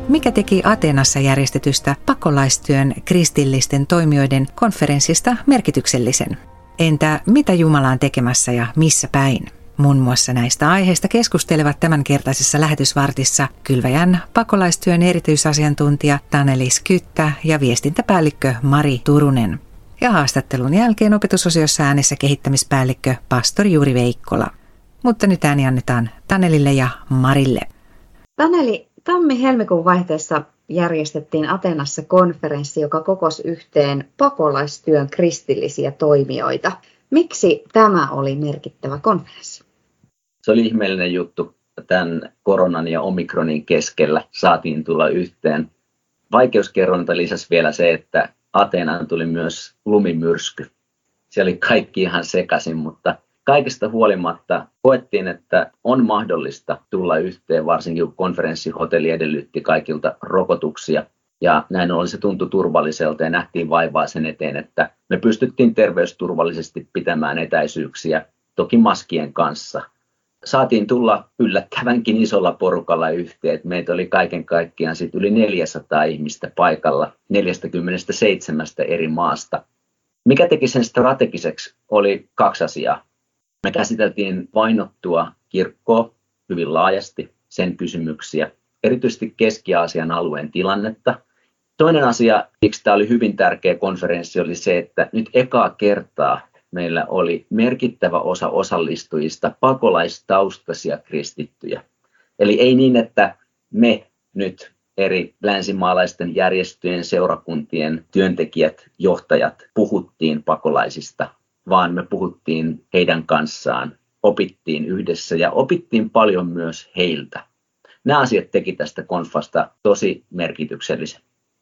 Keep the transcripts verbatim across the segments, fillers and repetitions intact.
Mikä teki Ateenassa järjestetystä pakolaistyön kristillisten toimijoiden konferenssista merkityksellisen? Entä mitä Jumala on tekemässä ja missä päin? Muun muassa näistä aiheista keskustelevat tämänkertaisessa lähetysvartissa Kylväjän pakolaistyön erityisasiantuntija Taneli Skyttä ja viestintäpäällikkö Mari Turunen. Ja haastattelun jälkeen opetusosiossa äänessä kehittämispäällikkö pastori Juuri Veikkola. Mutta nyt ääni annetaan Tanelille ja Marille. Taneli, tammi-helmikuun vaihteessa järjestettiin Ateenassa konferenssi, joka kokosi yhteen pakolaistyön kristillisiä toimijoita. Miksi tämä oli merkittävä konferenssi? Se oli ihmeellinen juttu. Tämän koronan ja omikronin keskellä saatiin tulla yhteen. Vaikeuskerrointa lisäsi vielä se, että Ateenaan tuli myös lumimyrsky. Siellä oli kaikki ihan sekaisin, mutta kaikesta huolimatta koettiin, että on mahdollista tulla yhteen, varsinkin kun konferenssihotelli edellytti kaikilta rokotuksia. Ja näin ollen se tuntui turvalliselta ja nähtiin vaivaa sen eteen, että me pystyttiin terveysturvallisesti pitämään etäisyyksiä, toki maskien kanssa. Saatiin tulla yllättävänkin isolla porukalla yhteen. Meitä oli kaiken kaikkiaan sit yli neljäsataa ihmistä paikalla neljäkymmentäseitsemän eri maasta. Mikä teki sen strategiseksi oli kaksi asiaa. Me käsiteltiin vainottua kirkkoa hyvin laajasti, sen kysymyksiä, erityisesti Keski-Aasian alueen tilannetta. Toinen asia, miksi tämä oli hyvin tärkeä konferenssi, oli se, että nyt ekaa kertaa meillä oli merkittävä osa osallistujista pakolaistaustaisia kristittyjä. Eli ei niin, että me nyt eri länsimaalaisten järjestöjen, seurakuntien työntekijät, johtajat puhuttiin pakolaisista, vaan me puhuttiin heidän kanssaan, opittiin yhdessä ja opittiin paljon myös heiltä. Nämä asiat teki tästä konfasta tosi merkityksellisen.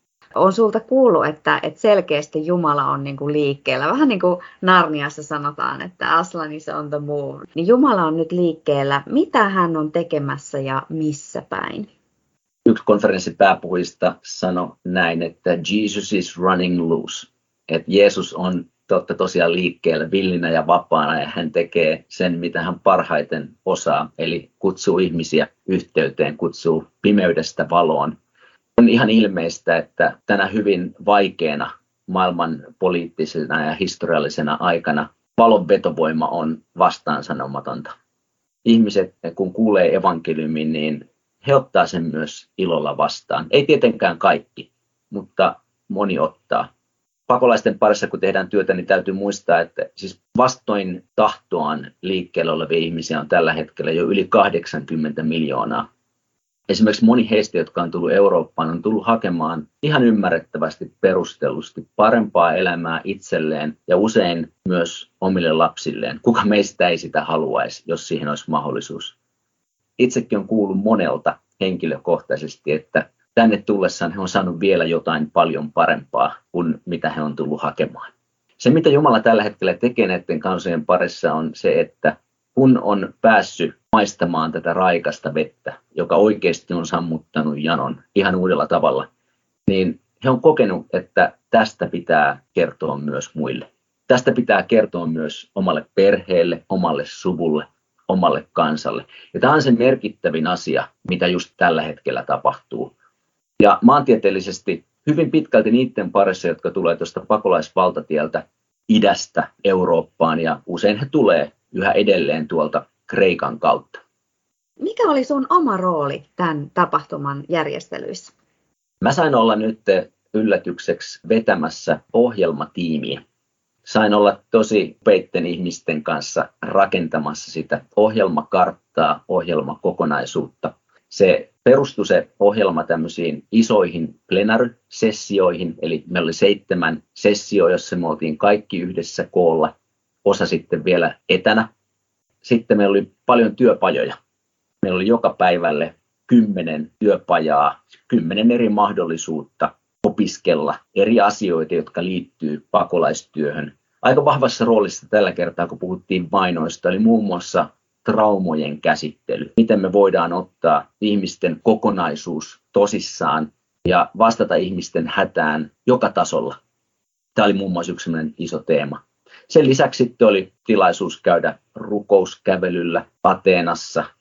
On sulta kuullut, että, että selkeästi Jumala on niin kuin liikkeellä. Vähän niin kuin Narniassa sanotaan, että Aslan is on the move. Niin Jumala on nyt liikkeellä. Mitä hän on tekemässä ja missä päin? Yksi konferenssin pääpuhujista sanoi näin, että Jesus is running loose. Että Jeesus on totta tosiaan liikkeellä villinä ja vapaana ja hän tekee sen, mitä hän parhaiten osaa. Eli kutsuu ihmisiä yhteyteen, kutsuu pimeydestä valoon. On ihan ilmeistä, että tänä hyvin vaikeana maailman poliittisena ja historiallisena aikana valon vetovoima on vastaansanomatonta. Ihmiset, kun kuulee evankeliumin, niin he ottaa sen myös ilolla vastaan. Ei tietenkään kaikki, mutta moni ottaa. Pakolaisten parissa, kun tehdään työtä, niin täytyy muistaa, että siis vastoin tahtoaan liikkeellä olevia ihmisiä on tällä hetkellä jo yli kahdeksankymmentä miljoonaa. Esimerkiksi moni heistä, jotka on tullut Eurooppaan, on tullut hakemaan ihan ymmärrettävästi perustellusti parempaa elämää itselleen ja usein myös omille lapsilleen. Kuka meistä ei sitä haluaisi, jos siihen olisi mahdollisuus. Itsekin on kuullut monelta henkilökohtaisesti, että tänne tullessaan he on saanut vielä jotain paljon parempaa kuin mitä he on tullut hakemaan. Se, mitä Jumala tällä hetkellä tekee näiden kansojen parissa, on se, että kun on päässyt maistamaan tätä raikasta vettä, joka oikeasti on sammuttanut janon ihan uudella tavalla, niin he on kokenut, että tästä pitää kertoa myös muille. Tästä pitää kertoa myös omalle perheelle, omalle suvulle, omalle kansalle. Ja tämä on se merkittävin asia, mitä just tällä hetkellä tapahtuu. Ja maantieteellisesti hyvin pitkälti niiden parissa, jotka tulee tuosta pakolaisvaltatieltä idästä Eurooppaan, ja usein he tulee yhä edelleen tuolta Kreikan kautta. Mikä oli sun oma rooli tämän tapahtuman järjestelyissä? Mä sain olla nyt yllätykseksi vetämässä ohjelmatiimiä. Sain olla tosi peitten ihmisten kanssa rakentamassa sitä ohjelmakarttaa, ohjelmakokonaisuutta. Se perustui se ohjelma tämmöisiin isoihin plenary-sessioihin, eli meillä oli seitsemän sessioa, jossa me oltiin kaikki yhdessä koolla, osa sitten vielä etänä. Sitten meillä oli paljon työpajoja. Meillä oli joka päivälle kymmenen työpajaa, kymmenen eri mahdollisuutta opiskella eri asioita, jotka liittyy pakolaistyöhön. Aika vahvassa roolissa tällä kertaa, kun puhuttiin vainoista, oli muun muassa traumojen käsittely. Miten me voidaan ottaa ihmisten kokonaisuus tosissaan ja vastata ihmisten hätään joka tasolla. Tämä oli muun muassa yksi iso teema. Sen lisäksi sitten oli tilaisuus käydä rukouskävelyllä Ateenassa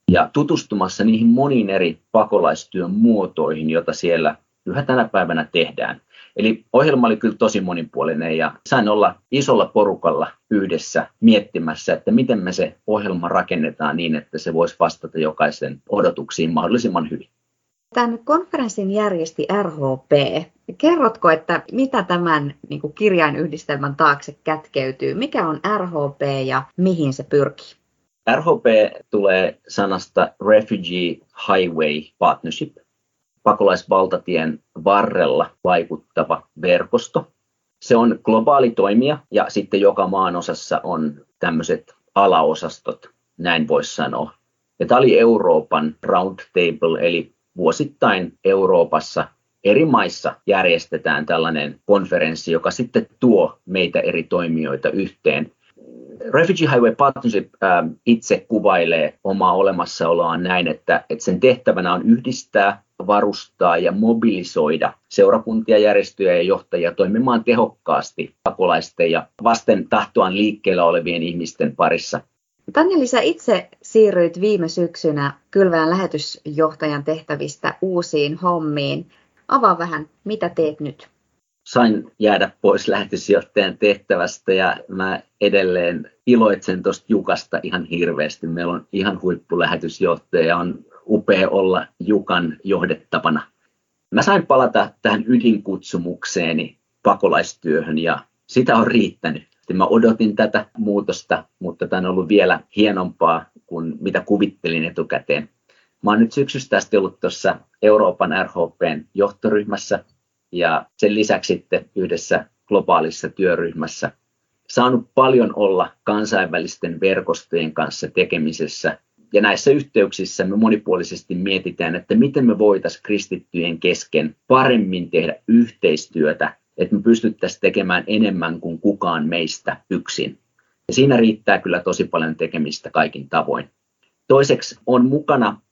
ja tutustumassa niihin moniin eri pakolaistyön muotoihin, joita siellä yhä tänä päivänä tehdään. Eli ohjelma oli kyllä tosi monipuolinen ja sain olla isolla porukalla yhdessä miettimässä, että miten me se ohjelma rakennetaan niin, että se voisi vastata jokaisen odotuksiin mahdollisimman hyvin. Tämän konferenssin järjesti R H P. Kerrotko, että mitä tämän niin kuin kirjainyhdistelmän taakse kätkeytyy? Mikä on R H P ja mihin se pyrkii? R H P tulee sanasta Refugee Highway Partnership, pakolaisvaltatien varrella vaikuttava verkosto. Se on globaali toimija ja sitten joka maanosassa on tämmöiset alaosastot, näin voisi sanoa. Ja tämä oli Euroopan Roundtable, eli vuosittain Euroopassa eri maissa järjestetään tällainen konferenssi, joka sitten tuo meitä eri toimijoita yhteen. Refugee Highway Partnership äh, itse kuvailee omaa olemassaoloaan näin, että, että sen tehtävänä on yhdistää, varustaa ja mobilisoida seurakuntia, järjestöjä ja johtajia toimimaan tehokkaasti pakolaisten ja vasten tahtoaan liikkeellä olevien ihmisten parissa. Taneli, sä itse siirryit viime syksynä Kylväjän lähetysjohtajan tehtävistä uusiin hommiin. Avaa vähän, mitä teet nyt? Sain jäädä pois lähetysjohtajan tehtävästä ja mä edelleen iloitsen tuosta Jukasta ihan hirveästi. Meillä on ihan huippulähetysjohtaja ja on upea olla Jukan johdettavana. Mä sain palata tähän ydinkutsumukseeni pakolaistyöhön ja sitä on riittänyt. Mä odotin tätä muutosta, mutta tämä on ollut vielä hienompaa kuin mitä kuvittelin etukäteen. Mä oon nyt syksystä asti ollut tuossa Euroopan R H P:n johtoryhmässä ja sen lisäksi sitten yhdessä globaalissa työryhmässä. Saanut paljon olla kansainvälisten verkostojen kanssa tekemisessä. Ja näissä yhteyksissä me monipuolisesti mietitään, että miten me voitaisiin kristittyjen kesken paremmin tehdä yhteistyötä, että me pystyttäisiin tekemään enemmän kuin kukaan meistä yksin. Ja siinä riittää kyllä tosi paljon tekemistä kaikin tavoin. Toiseksi on mukana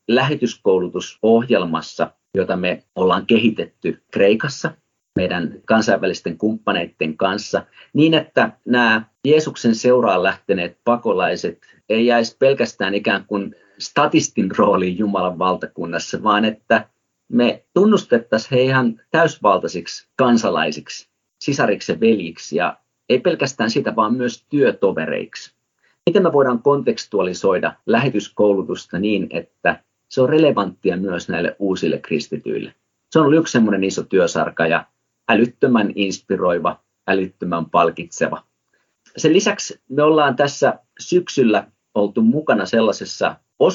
lähetyskoulutusohjelmassa, jota me ollaan kehitetty Kreikassa meidän kansainvälisten kumppaneiden kanssa, niin että nämä Jeesuksen seuraan lähteneet pakolaiset ei jäisi pelkästään ikään kuin statistin rooliin Jumalan valtakunnassa, vaan että me tunnustettaisiin he ihan täysvaltaisiksi kansalaisiksi, sisariksi ja veljiksi ja ei pelkästään sitä, vaan myös työtovereiksi. Miten me voidaan kontekstualisoida lähetyskoulutusta niin, että se on relevanttia myös näille uusille kristityille. Se on ollut yksi semmoinen iso työsarka ja älyttömän inspiroiva, älyttömän palkitseva. Sen lisäksi me ollaan tässä syksyllä oltu mukana sellaisessa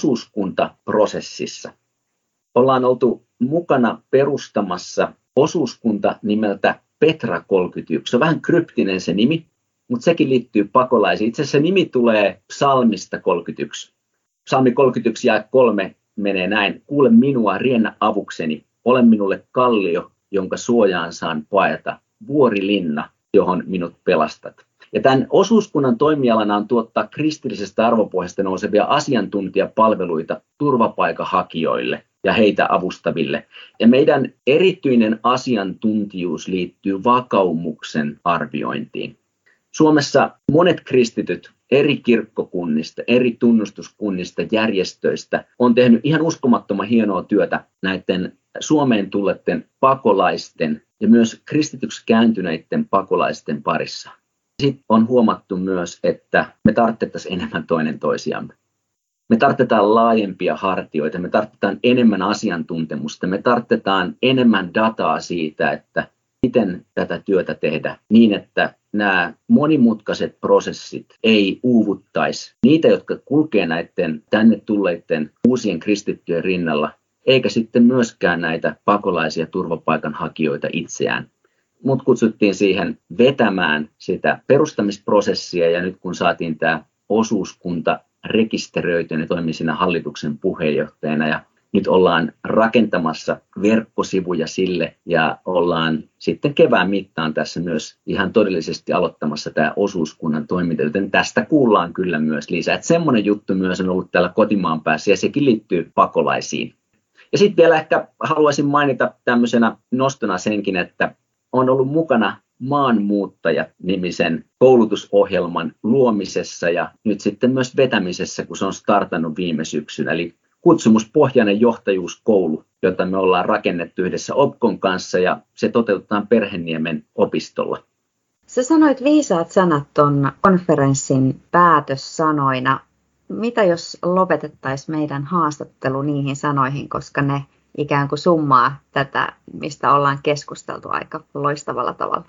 osuuskuntaprosessissa. Ollaan oltu mukana perustamassa osuuskunta nimeltä Petra kolmekymmentäyksi. Se on vähän kryptinen se nimi, mutta sekin liittyy pakolaisiin. Itse asiassa se nimi tulee psalmista kolmekymmentäyksi. Psalmi kolmekymmentäyksi jae kolme menee näin. Kuule minua, riennä avukseni. Ole minulle kallio, jonka suojaan saan paeta. Vuorilinna, johon minut pelastat. Ja tämän osuuskunnan toimialana on tuottaa kristillisestä arvopohjasta nousevia asiantuntijapalveluita turvapaikanhakijoille ja heitä avustaville. Ja meidän erityinen asiantuntijuus liittyy vakaumuksen arviointiin. Suomessa monet kristityt eri kirkkokunnista, eri tunnustuskunnista, järjestöistä on tehnyt ihan uskomattoman hienoa työtä näiden Suomeen tulleiden pakolaisten ja myös kristityksi kääntyneiden pakolaisten parissa. Sitten on huomattu myös, että me tarvittaisiin enemmän toinen toisiamme. Me tarvitaan laajempia hartioita, me tarvitaan enemmän asiantuntemusta, me tarvitaan enemmän dataa siitä, että miten tätä työtä tehdä niin, että nämä monimutkaiset prosessit ei uuvuttaisi niitä, jotka kulkee näiden tänne tulleiden uusien kristittyjen rinnalla, eikä sitten myöskään näitä pakolaisia turvapaikanhakijoita itseään. Mut kutsuttiin siihen vetämään sitä perustamisprosessia ja nyt kun saatiin tämä osuuskunta rekisteröityä, niin toimin siinä hallituksen puheenjohtajana ja nyt ollaan rakentamassa verkkosivuja sille ja ollaan sitten kevään mittaan tässä myös ihan todellisesti aloittamassa tämä osuuskunnan toiminta, joten tästä kuullaan kyllä myös lisää. Että semmoinen juttu myös on ollut täällä kotimaan päässä ja sekin liittyy pakolaisiin. Ja sitten vielä ehkä haluaisin mainita tämmöisenä nostona senkin, että on ollut mukana Maanmuuttajat-nimisen koulutusohjelman luomisessa ja nyt sitten myös vetämisessä, kun se on startannut viime syksynä. Eli kutsumuspohjainen johtajuuskoulu, jota me ollaan rakennettu yhdessä Opkon kanssa ja se toteutetaan Perheniemen opistolla. Sä sanoit viisaat sanat ton konferenssin päätössanoina. Mitä jos lopetettaisiin meidän haastattelu niihin sanoihin, koska ne ikään kuin summaa tätä, mistä ollaan keskusteltu aika loistavalla tavalla?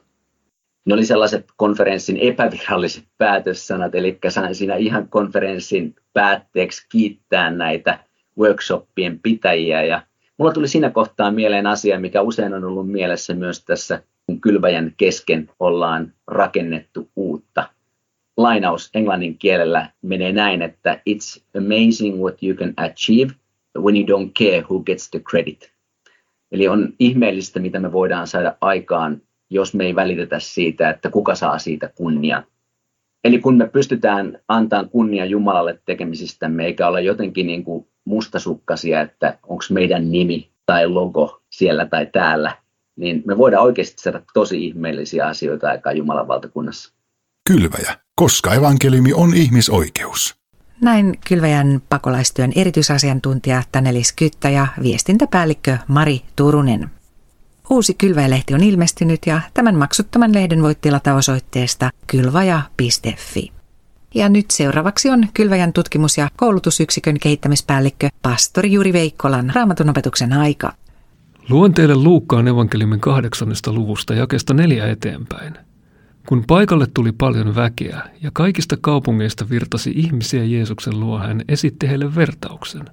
Ne oli sellaiset konferenssin epäviralliset päätössanat, eli sain siinä ihan konferenssin päätteeksi kiittää näitä workshoppien pitäjiä. Ja mulla tuli siinä kohtaa mieleen asia, mikä usein on ollut mielessä myös tässä, kun kylväjän kesken ollaan rakennettu uutta. Lainaus englannin kielellä menee näin, että it's amazing what you can achieve when you don't care who gets the credit. Eli on ihmeellistä, mitä me voidaan saada aikaan, jos me ei välitetä siitä, että kuka saa siitä kunnian. Eli kun me pystytään antamaan kunnia Jumalalle tekemisistämme, eikä olla jotenkin niin kuin mustasukkaisia, että onko meidän nimi tai logo siellä tai täällä, niin me voidaan oikeasti saada tosi ihmeellisiä asioita aikaan Jumalan valtakunnassa. Kylväjä, koska evankeliumi on ihmisoikeus. Näin kylväjän pakolaistyön erityisasiantuntija Taneli Skyttä ja viestintäpäällikkö Mari Turunen. Uusi Kylväjä-lehti on ilmestynyt ja tämän maksuttoman lehden voit tilata osoitteesta kylvaja piste fi. Ja nyt seuraavaksi on Kylväjän tutkimus- ja koulutusyksikön kehittämispäällikkö pastori Juri Veikkolan Raamatun opetuksen aika. Luen teille Luukkaan evankeliumin kahdeksannesta luvusta jakeesta neljä eteenpäin. Kun paikalle tuli paljon väkeä ja kaikista kaupungeista virtasi ihmisiä Jeesuksen luo, hän esitti heille vertauksen.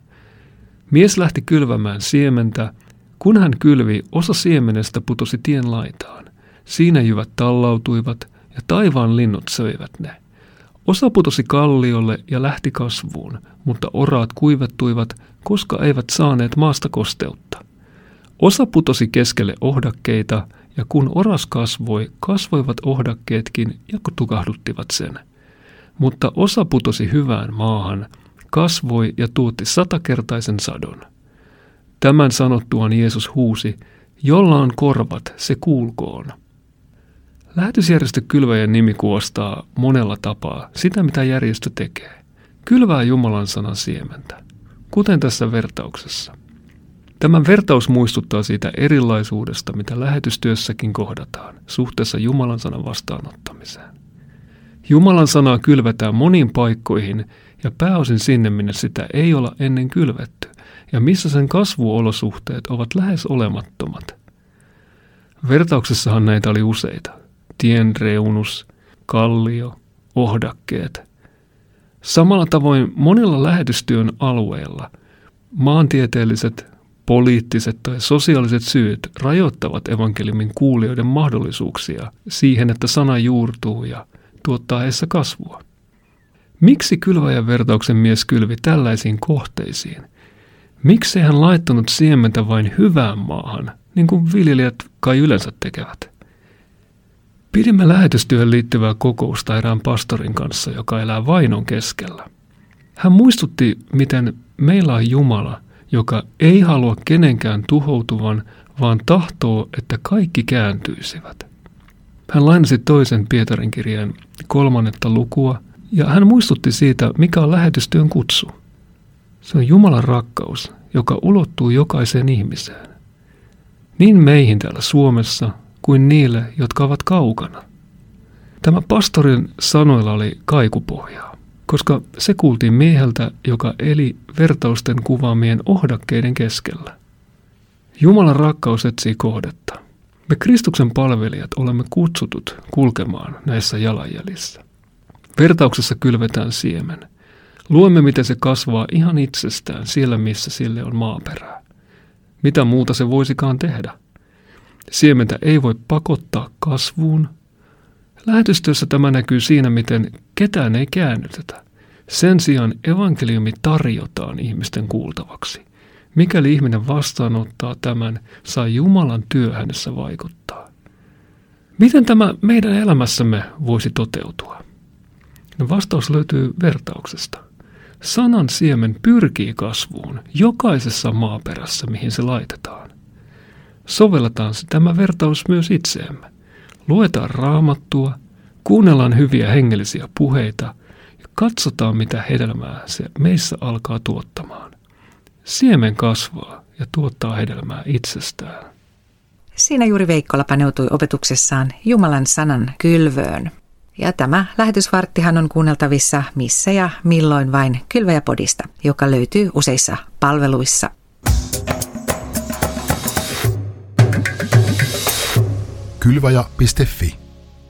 Mies lähti kylvämään siementä. Kun hän kylvi, osa siemenestä putosi tien laitaan. Siinä jyvät tallautuivat ja taivaan linnut söivät ne. Osa putosi kalliolle ja lähti kasvuun, mutta oraat kuivettuivat, koska eivät saaneet maasta kosteutta. Osa putosi keskelle ohdakkeita, ja kun oras kasvoi, kasvoivat ohdakkeetkin ja tukahduttivat sen. Mutta osa putosi hyvään maahan, kasvoi ja tuotti satakertaisen sadon. Tämän sanottuaan Jeesus huusi, jolla on korvat, se kuulkoon. Lähetysjärjestö Kylväjän nimi kuvastaa monella tapaa sitä, mitä järjestö tekee. Kylvää Jumalan sanan siementä, kuten tässä vertauksessa. Tämä vertaus muistuttaa siitä erilaisuudesta, mitä lähetystyössäkin kohdataan suhteessa Jumalan sanan vastaanottamiseen. Jumalan sanaa kylvetään moniin paikkoihin ja pääosin sinne, minne sitä ei olla ennen kylvetty, ja missä sen kasvuolosuhteet ovat lähes olemattomat. Vertauksessahan näitä oli useita. Tien reunus, kallio, ohdakkeet. Samalla tavoin monilla lähetystyön alueilla maantieteelliset, poliittiset tai sosiaaliset syyt rajoittavat evankeliumin kuulijoiden mahdollisuuksia siihen, että sana juurtuu ja tuottaa heissä kasvua. Miksi kylväjän vertauksen mies kylvi tällaisiin kohteisiin? Miksi hän laittanut siementä vain hyvään maahan, niin kuin viljelijät kai yleensä tekevät? Pidimme lähetystyöhön liittyvää kokousta erään pastorin kanssa, joka elää vainon keskellä. Hän muistutti, miten meillä on Jumala, joka ei halua kenenkään tuhoutuvan, vaan tahtoo, että kaikki kääntyisivät. Hän lainasi toisen Pietarin kirjeen kolmannetta lukua, ja hän muistutti siitä, mikä on lähetystyön kutsu. Se on Jumalan rakkaus, joka ulottuu jokaiseen ihmiseen. Niin meihin täällä Suomessa kuin niille, jotka ovat kaukana. Tämä pastorin sanoilla oli kaikupohjaa, koska se kuultiin mieheltä, joka eli vertausten kuvaamien ohdakkeiden keskellä. Jumalan rakkaus etsii kohdetta. Me Kristuksen palvelijat olemme kutsutut kulkemaan näissä jalanjäljissä. Vertauksessa kylvetään siemen. Luemme, miten se kasvaa ihan itsestään siellä, missä sille on maaperää. Mitä muuta se voisikaan tehdä? Siementä ei voi pakottaa kasvuun. Lähetystyössä tämä näkyy siinä, miten ketään ei käännytetä. Sen sijaan evankeliumi tarjotaan ihmisten kuultavaksi. Mikäli ihminen vastaanottaa tämän, saa Jumalan työ hänessä vaikuttaa. Miten tämä meidän elämässämme voisi toteutua? No, vastaus löytyy vertauksesta. Sanan siemen pyrkii kasvuun jokaisessa maaperässä, mihin se laitetaan. Sovelletaan tämä vertaus myös itseemme. Luetaan Raamattua, kuunnellaan hyviä hengellisiä puheita ja katsotaan, mitä hedelmää se meissä alkaa tuottamaan. Siemen kasvaa ja tuottaa hedelmää itsestään. Siinä juuri Veikkola paneutui opetuksessaan Jumalan sanan kylvöön. Ja tämä lähetysvarttihan on kuunneltavissa missä ja milloin vain Kylväjä-podista, joka löytyy useissa palveluissa. Kylväjä piste fi